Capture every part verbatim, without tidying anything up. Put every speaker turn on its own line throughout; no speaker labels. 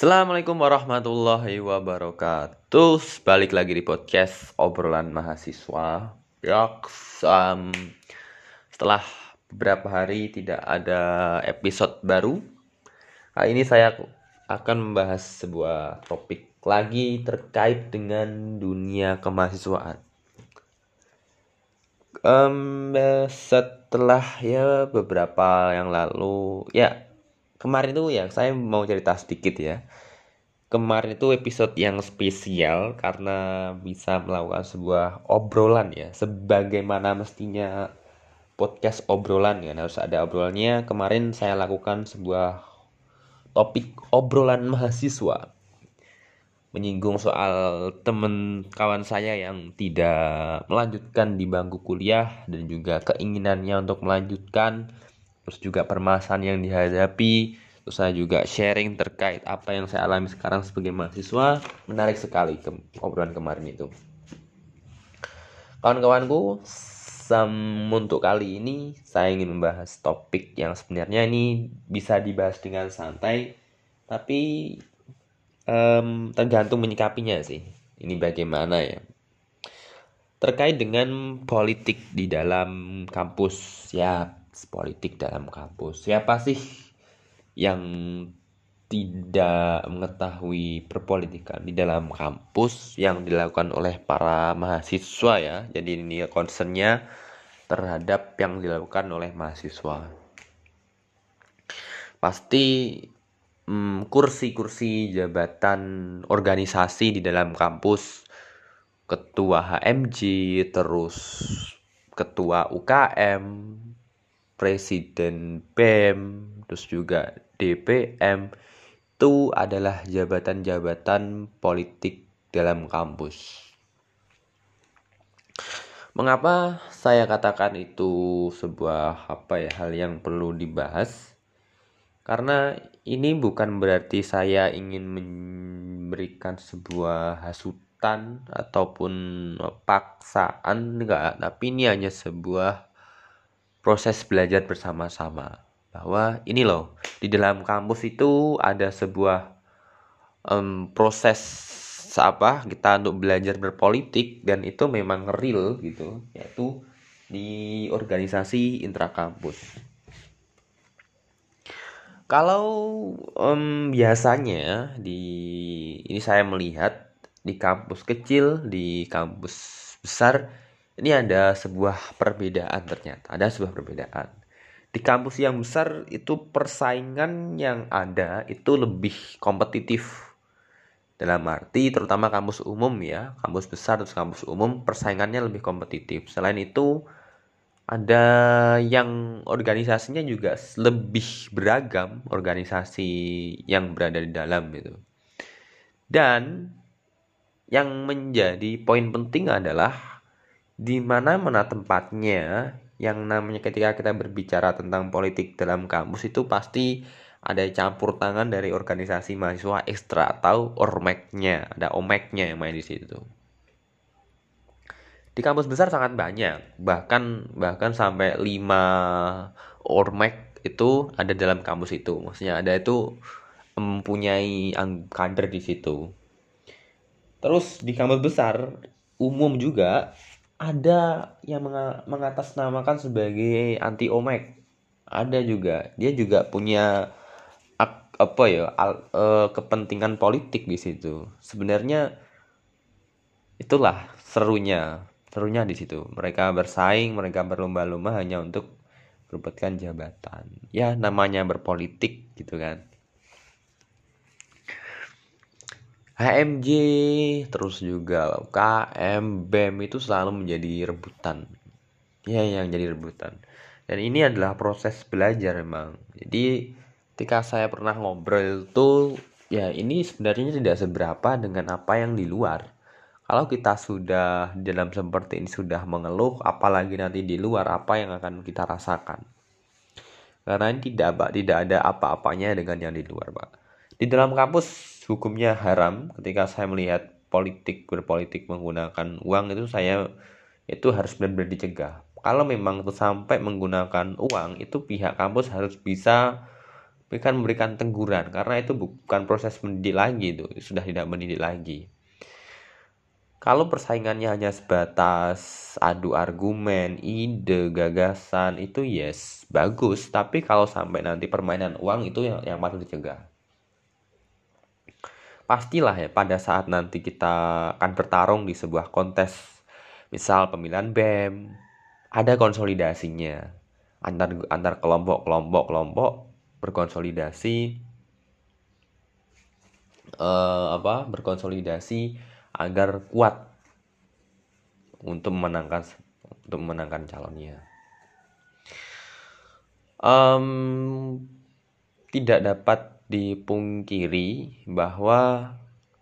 Assalamualaikum warahmatullahi wabarakatuh. Balik lagi di podcast obrolan mahasiswa. Yoks, um, setelah beberapa hari tidak ada episode baru, kali ini saya akan membahas sebuah topik lagi terkait dengan dunia kemahasiswaan. Um, setelah ya beberapa yang lalu, ya kemarin tuh ya saya mau cerita sedikit ya. Kemarin itu episode yang spesial karena bisa melakukan sebuah obrolan ya, sebagaimana mestinya podcast obrolan ya, harus ada obrolannya. Kemarin saya lakukan sebuah topik obrolan mahasiswa, menyinggung soal teman kawan saya yang tidak melanjutkan di bangku kuliah dan juga keinginannya untuk melanjutkan, terus juga permasalahan yang dihadapi. Terus saya juga sharing terkait apa yang saya alami sekarang sebagai mahasiswa. Menarik sekali ke obrolan kemarin itu. Kawan-kawanku, sem- untuk kali ini saya ingin membahas topik yang sebenarnya ini bisa dibahas dengan santai, tapi um, tergantung menyikapinya sih. Ini bagaimana ya? Terkait dengan politik di dalam kampus. Ya, politik dalam kampus. Siapa sih yang tidak mengetahui perpolitikan di dalam kampus yang dilakukan oleh para mahasiswa ya. Jadi ini concernnya terhadap yang dilakukan oleh mahasiswa. Pasti hmm, kursi-kursi jabatan organisasi di dalam kampus, ketua H M J, terus ketua U K M, presiden B E M, terus juga D P M, itu adalah jabatan-jabatan politik dalam kampus. Mengapa saya katakan itu sebuah apa ya hal yang perlu dibahas? Karena ini bukan berarti saya ingin memberikan sebuah hasutan ataupun paksaan, enggak, tapi ini hanya sebuah proses belajar bersama-sama. Bahwa ini loh, di dalam kampus itu ada sebuah um, proses apa kita untuk belajar berpolitik, dan itu memang real gitu, yaitu di organisasi intrakampus. Kalau um, biasanya di ini saya melihat di kampus kecil, di kampus besar, ini ada sebuah perbedaan ternyata, ada sebuah perbedaan. Di kampus yang besar itu persaingan yang ada itu lebih kompetitif. Dalam arti terutama kampus umum ya, kampus besar terus kampus umum persaingannya lebih kompetitif. Selain itu ada yang organisasinya juga lebih beragam, organisasi yang berada di dalam gitu. Dan yang menjadi poin penting adalah di mana-mana tempatnya. Yang namanya ketika kita berbicara tentang politik dalam kampus itu pasti ada campur tangan dari organisasi mahasiswa ekstra atau ormeknya, ada omeknya yang main di situ. Di kampus besar sangat banyak, bahkan bahkan sampai lima ormek itu ada dalam kampus itu. Maksudnya ada itu mempunyai kader di situ. Terus di kampus besar umum juga ada yang mengatasnamakan sebagai anti omek. Ada juga, dia juga punya apa ya al, e, kepentingan politik di situ. Sebenarnya itulah serunya, serunya di situ. Mereka bersaing, mereka berlomba-lomba hanya untuk mendapatkan jabatan. Ya namanya berpolitik gitu kan. H M J terus juga U K M, B E M itu selalu menjadi rebutan. Ya yang jadi rebutan. Dan ini adalah proses belajar memang. Jadi ketika saya pernah ngobrol itu, ya ini sebenarnya tidak seberapa dengan apa yang di luar. Kalau kita sudah dalam seperti ini sudah mengeluh, apalagi nanti di luar apa yang akan kita rasakan. Karena ini tidak, Pak, tidak ada apa-apanya dengan yang di luar, Pak. Di dalam kampus hukumnya haram. Ketika saya melihat politik berpolitik menggunakan uang itu, saya itu harus benar-benar dicegah. Kalau memang itu sampai menggunakan uang, itu pihak kampus harus bisa Mereka memberikan teguran karena itu bukan proses mendidik lagi, itu sudah tidak mendidik lagi. Kalau persaingannya hanya sebatas adu argumen, ide, gagasan, itu yes, bagus. Tapi kalau sampai nanti permainan uang, itu yang, yang patut dicegah. Pastilah ya, pada saat nanti kita akan bertarung di sebuah kontes, misal pemilihan B E M, ada konsolidasinya antar antar kelompok kelompok kelompok berkonsolidasi, eh, apa berkonsolidasi agar kuat untuk memenangkan untuk memenangkan calonnya. Em, Tidak dapat dipungkiri bahwa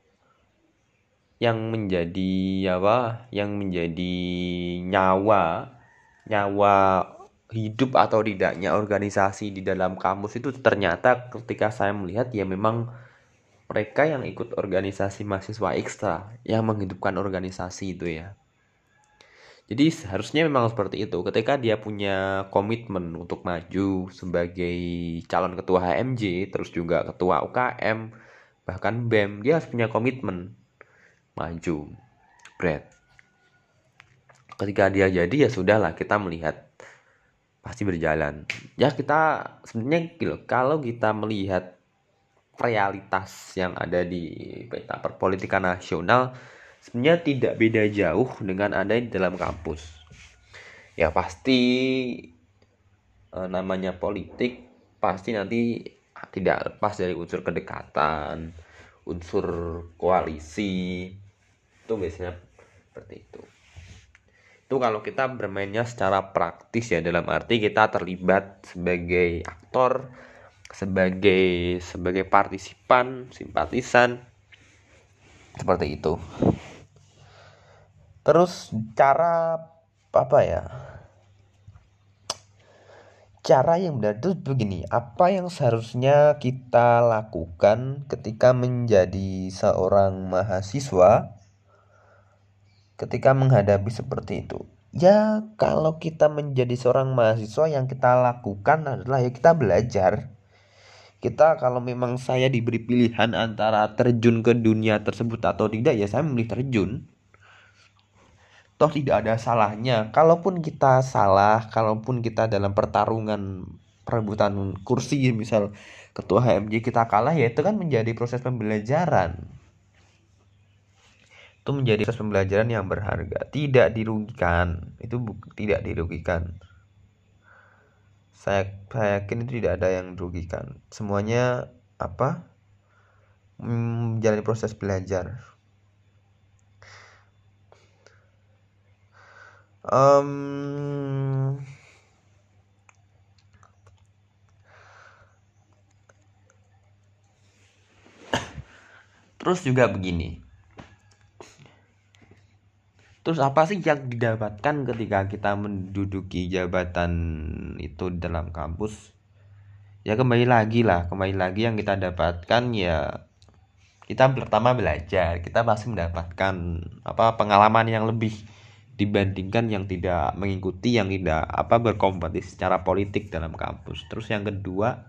yang menjadi apa yang menjadi nyawa nyawa hidup atau tidaknya organisasi di dalam kampus itu ternyata ketika saya melihat ya memang mereka yang ikut organisasi mahasiswa ekstra yang menghidupkan organisasi itu ya. Jadi seharusnya memang seperti itu. Ketika dia punya komitmen untuk maju sebagai calon ketua H M J, terus juga ketua U K M, bahkan B E M, dia harus punya komitmen maju. Bread. Ketika dia jadi ya sudahlah, kita melihat pasti berjalan. Ya kita sebenarnya gitu, kalau kita melihat realitas yang ada di peta perpolitikan nasional sebenarnya tidak beda jauh dengan ada di dalam kampus. Ya pasti eh, namanya politik pasti nanti tidak lepas dari unsur kedekatan, unsur koalisi. Itu biasanya seperti itu. Itu kalau kita bermainnya secara praktis ya, dalam arti kita terlibat sebagai aktor, sebagai sebagai partisipan, simpatisan, seperti itu. Terus cara apa ya? Cara yang benar itu begini, apa yang seharusnya kita lakukan ketika menjadi seorang mahasiswa ketika menghadapi seperti itu? Ya, kalau kita menjadi seorang mahasiswa yang kita lakukan adalah ya kita belajar. Kita kalau memang saya diberi pilihan antara terjun ke dunia tersebut atau tidak, ya saya memilih terjun. Toh tidak ada salahnya. Kalaupun kita salah, kalaupun kita dalam pertarungan perebutan kursi, misal ketua H M J kita kalah, ya itu kan menjadi proses pembelajaran. Itu menjadi proses pembelajaran yang berharga. Tidak dirugikan. Itu bu- tidak dirugikan. Saya, saya yakin itu tidak ada yang dirugikan. Semuanya apa? Menjalani proses belajar. Um, terus juga begini. Terus apa sih yang didapatkan ketika kita menduduki jabatan itu di dalam kampus? Ya kembali lagi lah, kembali lagi yang kita dapatkan ya kita pertama belajar, kita pasti mendapatkan apa pengalaman yang lebih dibandingkan yang tidak mengikuti, yang tidak apa berkompetisi secara politik dalam kampus. Terus yang kedua,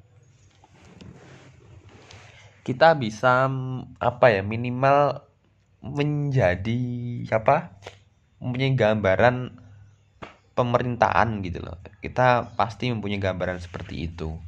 kita bisa apa ya minimal menjadi apa mempunyai gambaran pemerintahan gitu loh. Kita pasti mempunyai gambaran seperti itu.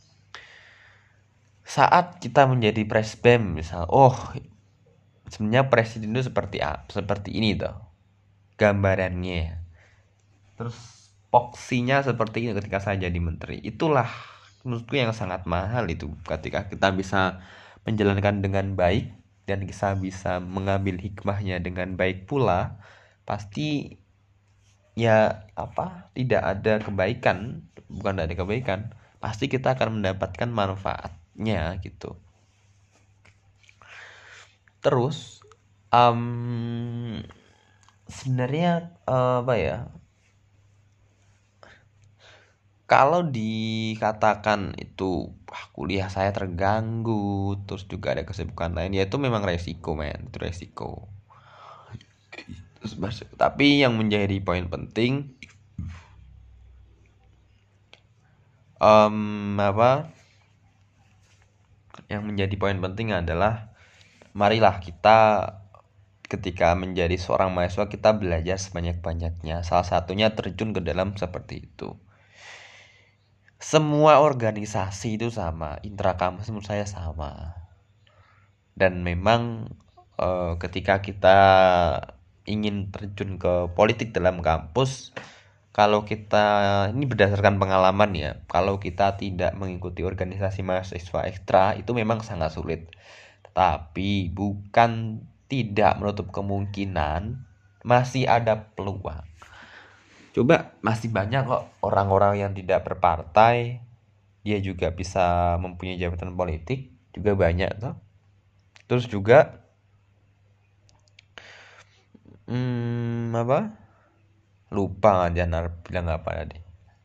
Saat kita menjadi presbem misal, oh sebenarnya presiden itu seperti apa? Seperti ini tuh gambarannya. Terus poksinya seperti ini ketika saya jadi menteri. Itulah menurutku yang sangat mahal itu ketika kita bisa menjalankan dengan baik dan kita bisa mengambil hikmahnya dengan baik pula, pasti ya apa tidak ada kebaikan, bukan tidak ada kebaikan, pasti kita akan mendapatkan manfaatnya gitu. Terus um, sebenarnya uh, apa ya kalau dikatakan itu wah, kuliah saya terganggu terus juga ada kesibukan lain, ya itu memang resiko men, itu resiko. Tapi yang menjadi poin penting um, apa yang menjadi poin penting adalah marilah kita ketika menjadi seorang mahasiswa kita belajar sebanyak-banyaknya. Salah satunya terjun ke dalam seperti itu. Semua organisasi itu sama, intrakampus menurut saya sama. Dan memang eh, ketika kita ingin terjun ke politik dalam kampus, kalau kita ini berdasarkan pengalaman ya, kalau kita tidak mengikuti organisasi mahasiswa ekstra itu memang sangat sulit. Tetapi bukan tidak menutup kemungkinan masih ada peluang. Coba masih banyak kok orang-orang yang tidak berpartai, dia juga bisa mempunyai jabatan politik, juga banyak tuh. Terus juga hmm, apa? Lupa Janar bilang apa tadi.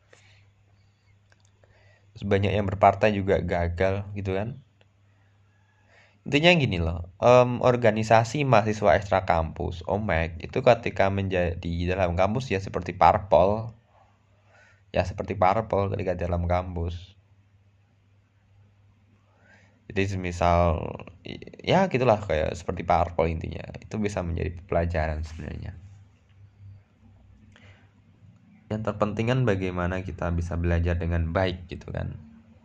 Terus banyak yang berpartai juga gagal gitu kan. Intinya gini loh, em, organisasi mahasiswa ekstra kampus, O M E K, itu ketika menjadi dalam kampus ya seperti parpol, ya seperti parpol ketika dalam kampus. Jadi misal, ya gitulah kayak seperti parpol intinya, itu bisa menjadi pelajaran sebenarnya. Yang terpenting kan bagaimana kita bisa belajar dengan baik gitu kan.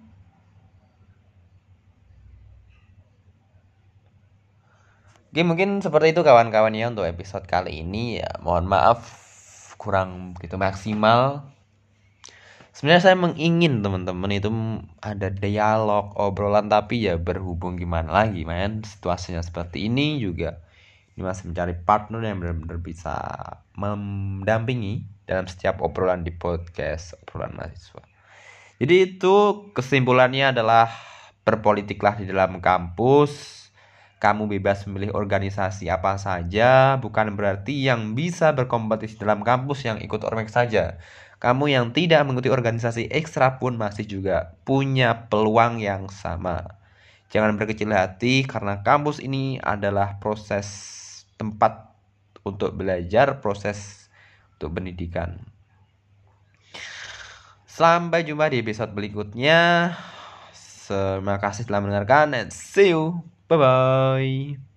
Oke, mungkin seperti itu kawan-kawan ya untuk episode kali ini ya. Mohon maaf kurang begitu maksimal. Sebenarnya saya mengingin teman-teman itu ada dialog, obrolan, tapi ya berhubung gimana lagi men, situasinya seperti ini juga. Ini masih mencari partner yang benar-benar bisa mendampingi dalam setiap obrolan di podcast obrolan mahasiswa. Jadi itu kesimpulannya adalah berpolitiklah di dalam kampus. Kamu bebas memilih organisasi apa saja, bukan berarti yang bisa berkompetisi dalam kampus yang ikut ormek saja. Kamu yang tidak mengikuti organisasi ekstra pun masih juga punya peluang yang sama. Jangan berkecil hati karena kampus ini adalah proses tempat untuk belajar, proses untuk pendidikan. Sampai jumpa di episode berikutnya. Terima kasih telah mendengarkan and see you. Bye bye.